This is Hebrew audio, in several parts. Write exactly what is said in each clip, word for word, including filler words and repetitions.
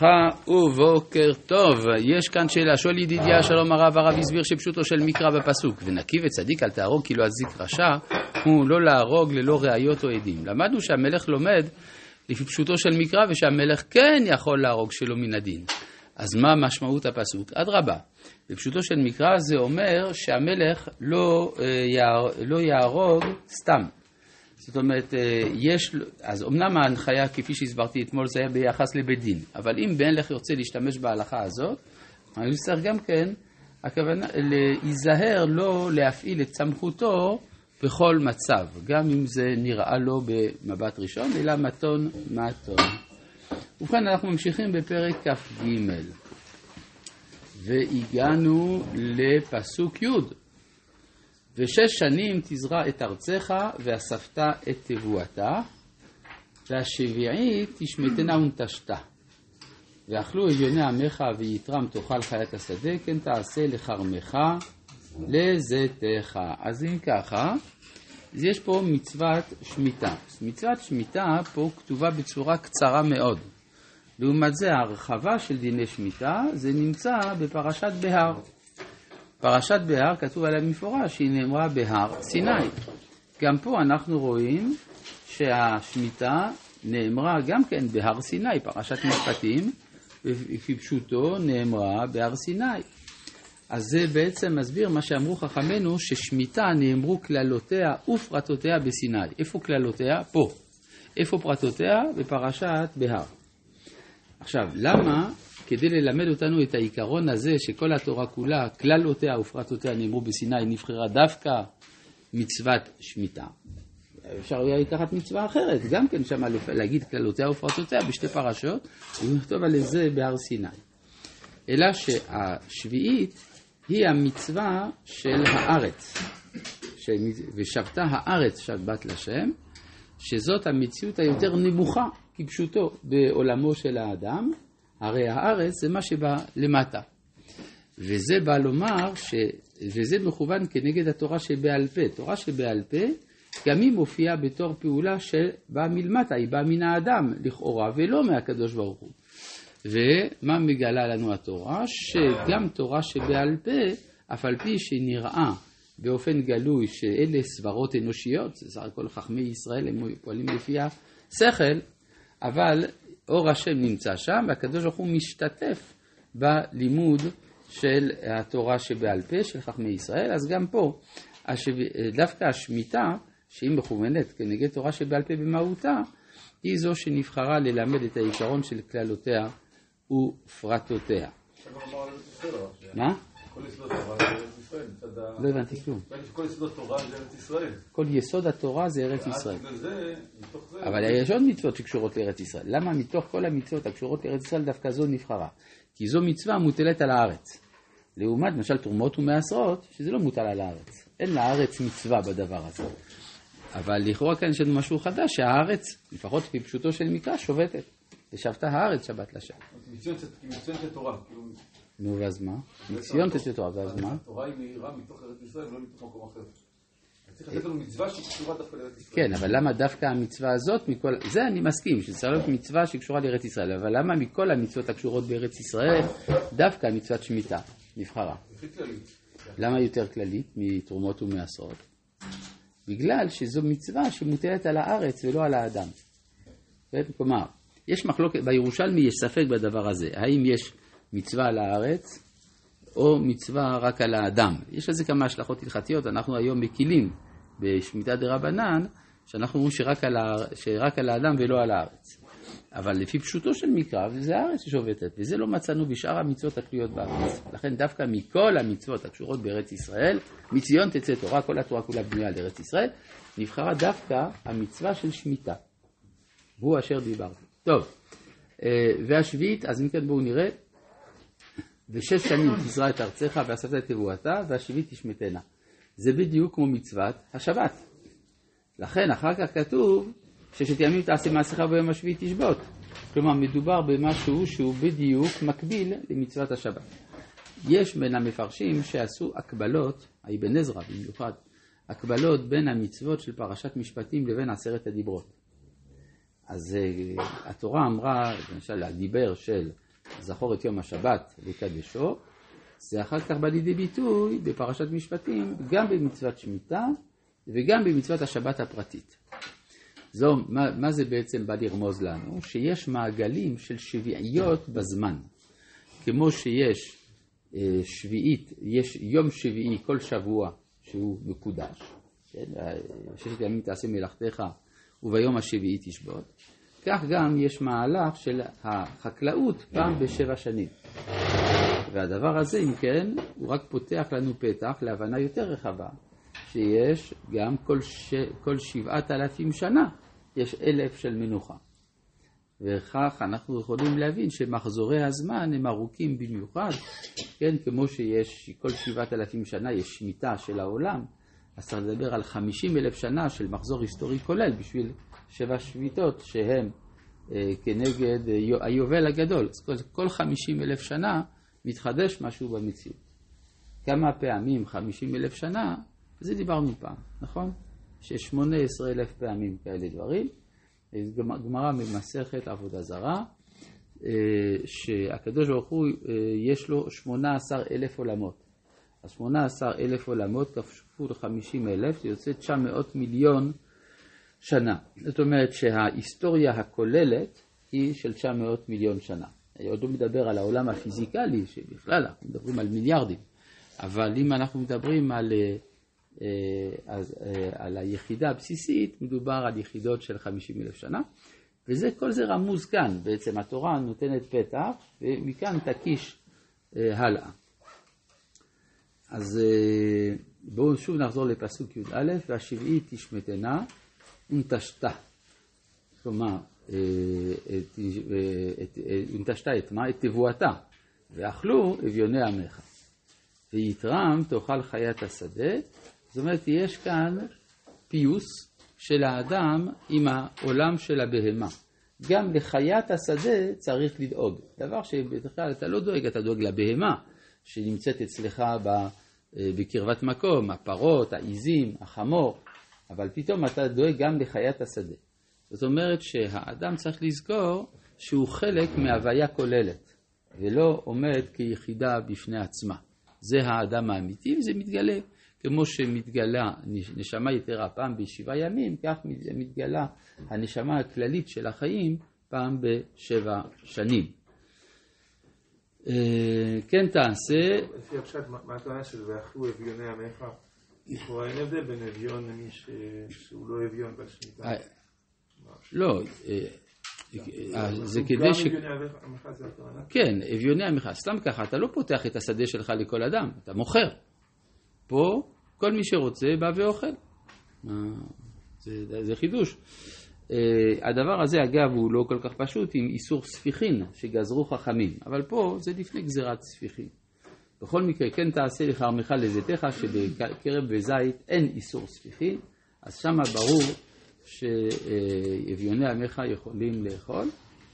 ברכה ובוקר טוב. יש כאן שאלה, שואל ידידיה, שלום הרב, הרב הסביר שפשוטו של מקרא בפסוק, ונקי וצדיק אל תהרוג כי לא אזיק רשע, הוא לא להרוג ללא ראיות או עדים. למדנו שהמלך לומד לפי פשוטו של מקרא, ושהמלך כן יכול להרוג שלא מן הדין. אז מה משמעות הפסוק? אדרבה, בפשוטו של מקרא זה אומר שהמלך לא, לא יהרוג סתם. זאת אומרת, יש, אז אמנם ההנחיה כפי שהסברתי אתמול זה היה ביחס לבית דין, אבל אם מלך ירצה להשתמש בהלכה הזאת, אני צריך גם כן, הכוונה, להיזהר לא להפעיל את סמכותו בכל מצב, גם אם זה נראה לו במבט ראשון, אלא מתון מתון. ובכן, אנחנו ממשיכים בפרק כ"ג, והגענו לפסוק י' ושש שנים תזרע את ארצך ואספת את תבואתה, והשביעית תשמטנה ונטשתה. ואכלו אביוני עמך ויתרם תאכל חיית השדה, כן תעשה לכרמך לזיתך. אז אם ככה, אז יש פה מצוות שמיטה. מצוות שמיטה פה כתובה בצורה קצרה מאוד. לעומת זה ההרחבה של דיני שמיטה זה נמצא בפרשת בהר. פרשת בהר כתוב עליה מפורש שהיא נאמרה בהר סיני. גם פה אנחנו רואים שהשמיטה נאמרה גם כן בהר סיני, פרשת משפטים, וכפשוטו נאמרה בהר סיני. אז זה בעצם מסביר מה שאמרו חכמינו, ששמיטה נאמרו כללותיה ופרטותיה בסיני. איפה כללותיה? פה. איפה פרטותיה? בפרשת בהר. עכשיו, למה? כדי ללמד אותנו את העיקרון הזה שכל התורה כולה, כללותיה ופרטותיה נאמרו בסיני, נבחרה דווקא מצוות שמיטה. אפשר היה לקחת מצווה אחרת, גם כן שמה להגיד כללותיה ופרטותיה בשתי פרשות, ונכתוב על זה בהר סיני. אלא שהשביעית היא המצווה של הארץ, ושבתה הארץ שבת לשם, שזאת המציאות היותר נמוכה, כפשוטו בעולמו של האדם, הרי הארץ זה מה שבא למטה. וזה בא לומר, ש... וזה מכוון כנגד התורה שבעל פה. תורה שבעל פה, גם היא מופיעה בתור פעולה שבאה מלמטה, היא באה מן האדם לכאורה, ולא מהקדוש ברוך הוא. ומה מגלה לנו התורה? שגם תורה שבעל פה, אף על פי שנראה באופן גלוי שאלה סברות אנושיות, זה סך הכל חכמי ישראל, הם פועלים לפי השכל, אבל אור השם נמצא שם, והקדוש ברוך הוא משתתף בלימוד של התורה שבעל פה של חכמי ישראל. אז גם פה, דווקא השמיטה, שהיא מכוונת כנגד תורה שבעל פה במהותה, היא זו שנבחרה ללמד את העיקרון של כללותיה ופרטותיה. מה? כל יסוד התורה זה ארץ ישראל. לא הבנתי כלום. כל יסוד התורה זה ארץ ישראל. כל יסוד התורה זה ארץ ישראל. אבל יש עוד מצוות שקשורות לארץ ישראל. למה מתוך כל המצוות הקשורות לארץ ישראל דווקא זו נבחרה? כי זו מצווה מוטלת על הארץ. לעומת למשל תרומות ומעשרות, שזה לא מוטל על הארץ. אין לארץ מצווה בדבר הזה. אבל לכאורה כאן יש לנו משהו חדש, שהארץ, לפחות כפשוטו של מקרא, שובתת. ושבתה הארץ שבת לשם. מצוין של תורה. נו, ואז מה? מציון תצא תורה, ואז מה? התורה היא מהירה מתוך ארץ ישראל ולא מתוך מקום אחר. צריך לתת לנו מצווה שקשורה דווקא לארץ ישראל. כן, אבל למה דווקא המצווה הזאת, מכל... זה אני מסכים, שצריך להיות מצווה שקשורה לארץ ישראל, אבל למה מכל המצוות הקשורות בארץ ישראל, דווקא מצוות שמיטה נבחרה? למה יותר כללית מתרומות ומעשרות? בגלל שזו מצווה שמוטלת על הארץ ולא על האדם. כלומר, יש מחלוקת, בירושלמי יש ספק בדבר הזה, האם יש מצווה על הארץ, או מצווה רק על האדם. יש לזה כמה השלכות הלכתיות, אנחנו היום מקילים בשמיטה דרבנן, שאנחנו אומרים שרק על, ה... שרק על האדם ולא על הארץ. אבל לפי פשוטו של מקרא, זה הארץ ששובתת, וזה לא מצאנו בשאר המצוות התלויות בארץ. לכן דווקא מכל המצוות הקשורות בארץ ישראל, מציון תצא תורה, כל התורה כולה בנויה על ארץ ישראל, נבחרה דווקא המצווה של שמיטה. הוא אשר דיברתי. טוב, והשביעית, אז אם כן בואו נראה, ושש שנים תזרע את ארצך ואספת את תבואתה, והשביעית תשמטנה. זה בדיוק כמו מצוות השבת. לכן אחר כך כתוב ששת ימים תעשה מעשיך וביום השביעי תשבות. כלומר מדובר במשהו שהוא בדיוק מקביל למצוות השבת. יש בין המפרשים שעשו הקבלות, אבן עזרא במיוחד, הקבלות בין המצוות של פרשת משפטים לבין עשרת הדיברות. אז התורה אמרה, למשל, הדיבר של זכור את יום השבת לקדשו, זה אחר כך בא לידי ביטוי בפרשת משפטים, גם במצוות שמיטה וגם במצוות השבת הפרטית. זו, מה, מה זה בעצם בא לרמוז לנו? שיש מעגלים של שביעיות בזמן. כמו שיש אה, שביעית, יש יום שביעי כל שבוע שהוא מקודש. כן? ששת ימים תעשה מלאכתך וביום השביעי תשבות. כך גם יש מהלך של החקלאות פעם בשבע שנים. והדבר הזה, אם כן, הוא רק פותח לנו פתח להבנה יותר רחבה, שיש גם כל, ש... כל שבעת אלפים שנה, יש אלף של מנוחה. וכך אנחנו יכולים להבין שמחזורי הזמן הם ארוכים במיוחד, כן, כמו שיש כל שבעת אלפים שנה יש שמיטה של העולם, אז צריך לדבר על חמישים אלף שנה של מחזור היסטורי כולל, בשביל שבע שביתות שהם אה, כנגד אה, היובל הגדול. אז כל, כל חמישים אלף שנה מתחדש משהו במציאות. כמה פעמים חמישים אלף שנה, זה דיברנו פעם, נכון? שיש שמונה עשרה אלף פעמים כאלה דברים. גמרא ממסכת עבודה זרה, שהקדוש ברוך הוא יש לו שמונה עשר אלף עולמות. אז שמונה עשר אלף עולמות כפול חמישים אלף, זה יוצא תשע מאות מיליון שנה. זאת אומרת שההיסטוריה הכוללת היא של תשע מאות מיליון שנה. אני עוד לא מדבר על העולם הפיזיקלי, שבכלל אנחנו מדברים על מיליארדים. אבל אם אנחנו מדברים על, אז, על היחידה הבסיסית, מדובר על יחידות של חמישים אלף שנה. וזה, כל זה רמוז כאן. בעצם התורה נותנת פתח, ומכאן תקיש הלאה. אז בואו שוב נחזור לפסוק י' א', והשביעית תשמטנה ונטשתה. כלומר, ונטשתה את מה? את תבואתה. ואכלו אביוני עמך. ויתרם תאכל חיית השדה. זאת אומרת, יש כאן פיוס של האדם עם העולם של הבהמה. גם לחיית השדה צריך לדאוג. דבר שבדרך כלל אתה לא דואג, אתה דואג לבהמה שנמצאת אצלך בקרבת מקום, הפרות, העיזים, החמור, אבל פתאום אתה דואג גם לחיית השדה. זאת אומרת שהאדם צריך לזכור שהוא חלק מהוויה כוללת, ולא עומד כיחידה בפני עצמה. זה האדם האמיתי, וזה מתגלה. כמו שמתגלה נשמה יתרה פעם בשבעה ימים, כך מתגלה הנשמה הכללית של החיים פעם בשבע שנים. כן תעשה... לפי הפשט, מה הטענה של ואכלו אביוני עמך? לכאורה אין הבדל בין אביון למי שהוא לא אביון בשמיטה. לא, זה כדי ש... כן, אביוני עמך. סתם ככה, אתה לא פותח את השדה שלך לכל אדם, אתה מוכר. פה כל מי שרוצה בא ואוכל. זה, זה חידוש. הדבר הזה אגב הוא לא כל כך פשוט עם איסור ספיחין שגזרו חכמים, אבל פה זה לפני גזירת ספיחין. בכל מקרה כן תעשה לך עמך לזיתך, שבקרב וזית אין איסור ספיחין, אז שמה ברור שאביוני עמך יכולים לאכול.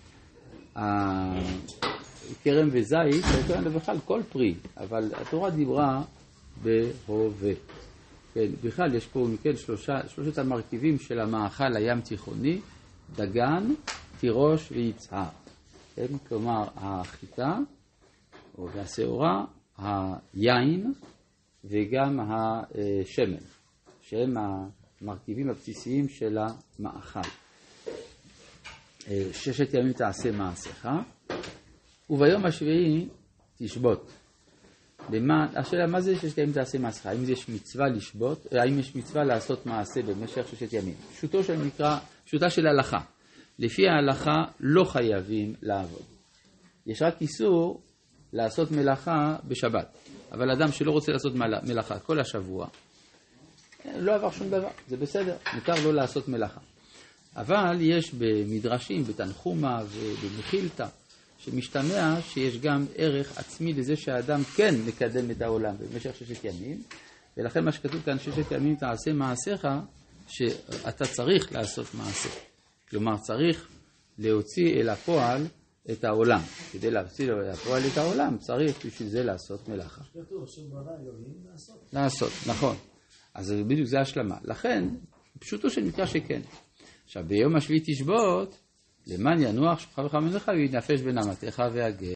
כרם וזית, בכלל כל פרי, אבל התורה דיברה בהווה. כן, בכלל יש פה מכן שלושה, שלושת המרכיבים של המאכל הים תיכוני, דגן, תירוש ויצהר. כן, כלומר החיטה והשעורה, היין וגם השמן, שהם המרכיבים הבסיסיים של המאכל. ששת ימים תעשה מעשיך, וביום השביעי תשבות. למה, השאלה, מה זה ששת ימים תעשה מעשיך? האם יש מצווה לשבות? האם יש מצווה לעשות מעשה במשך ששת ימים? פשוטו של מקרא, פשוטה של הלכה. לפי ההלכה לא חייבים לעבוד. יש רק איסור לעשות מלאכה בשבת. אבל אדם שלא רוצה לעשות מלאכה כל השבוע, לא עבר שום דבר, זה בסדר, מותר לא לעשות מלאכה. אבל יש במדרשים, בתנחומה ובמחילתא, שמשתמע שיש גם ערך עצמי לזה שהאדם כן מקדם את העולם במשך ששת ימים, ולכן מה שכתוב כאן ששת ימים תעשה מעשיך, שאתה צריך לעשות מעשה. כלומר צריך להוציא אל הפועל את העולם. כדי להוציא אל הפועל את העולם צריך בשביל זה לעשות מלאכה. כתוב שברא אלוהים לעשות. לעשות, נכון. אז בדיוק זה השלמה. לכן, פשוטו של מקרא שכן. עכשיו ביום השביעי תשבות, למען ינוח שוכבך מנחה וינפש בין אמתיך והגר.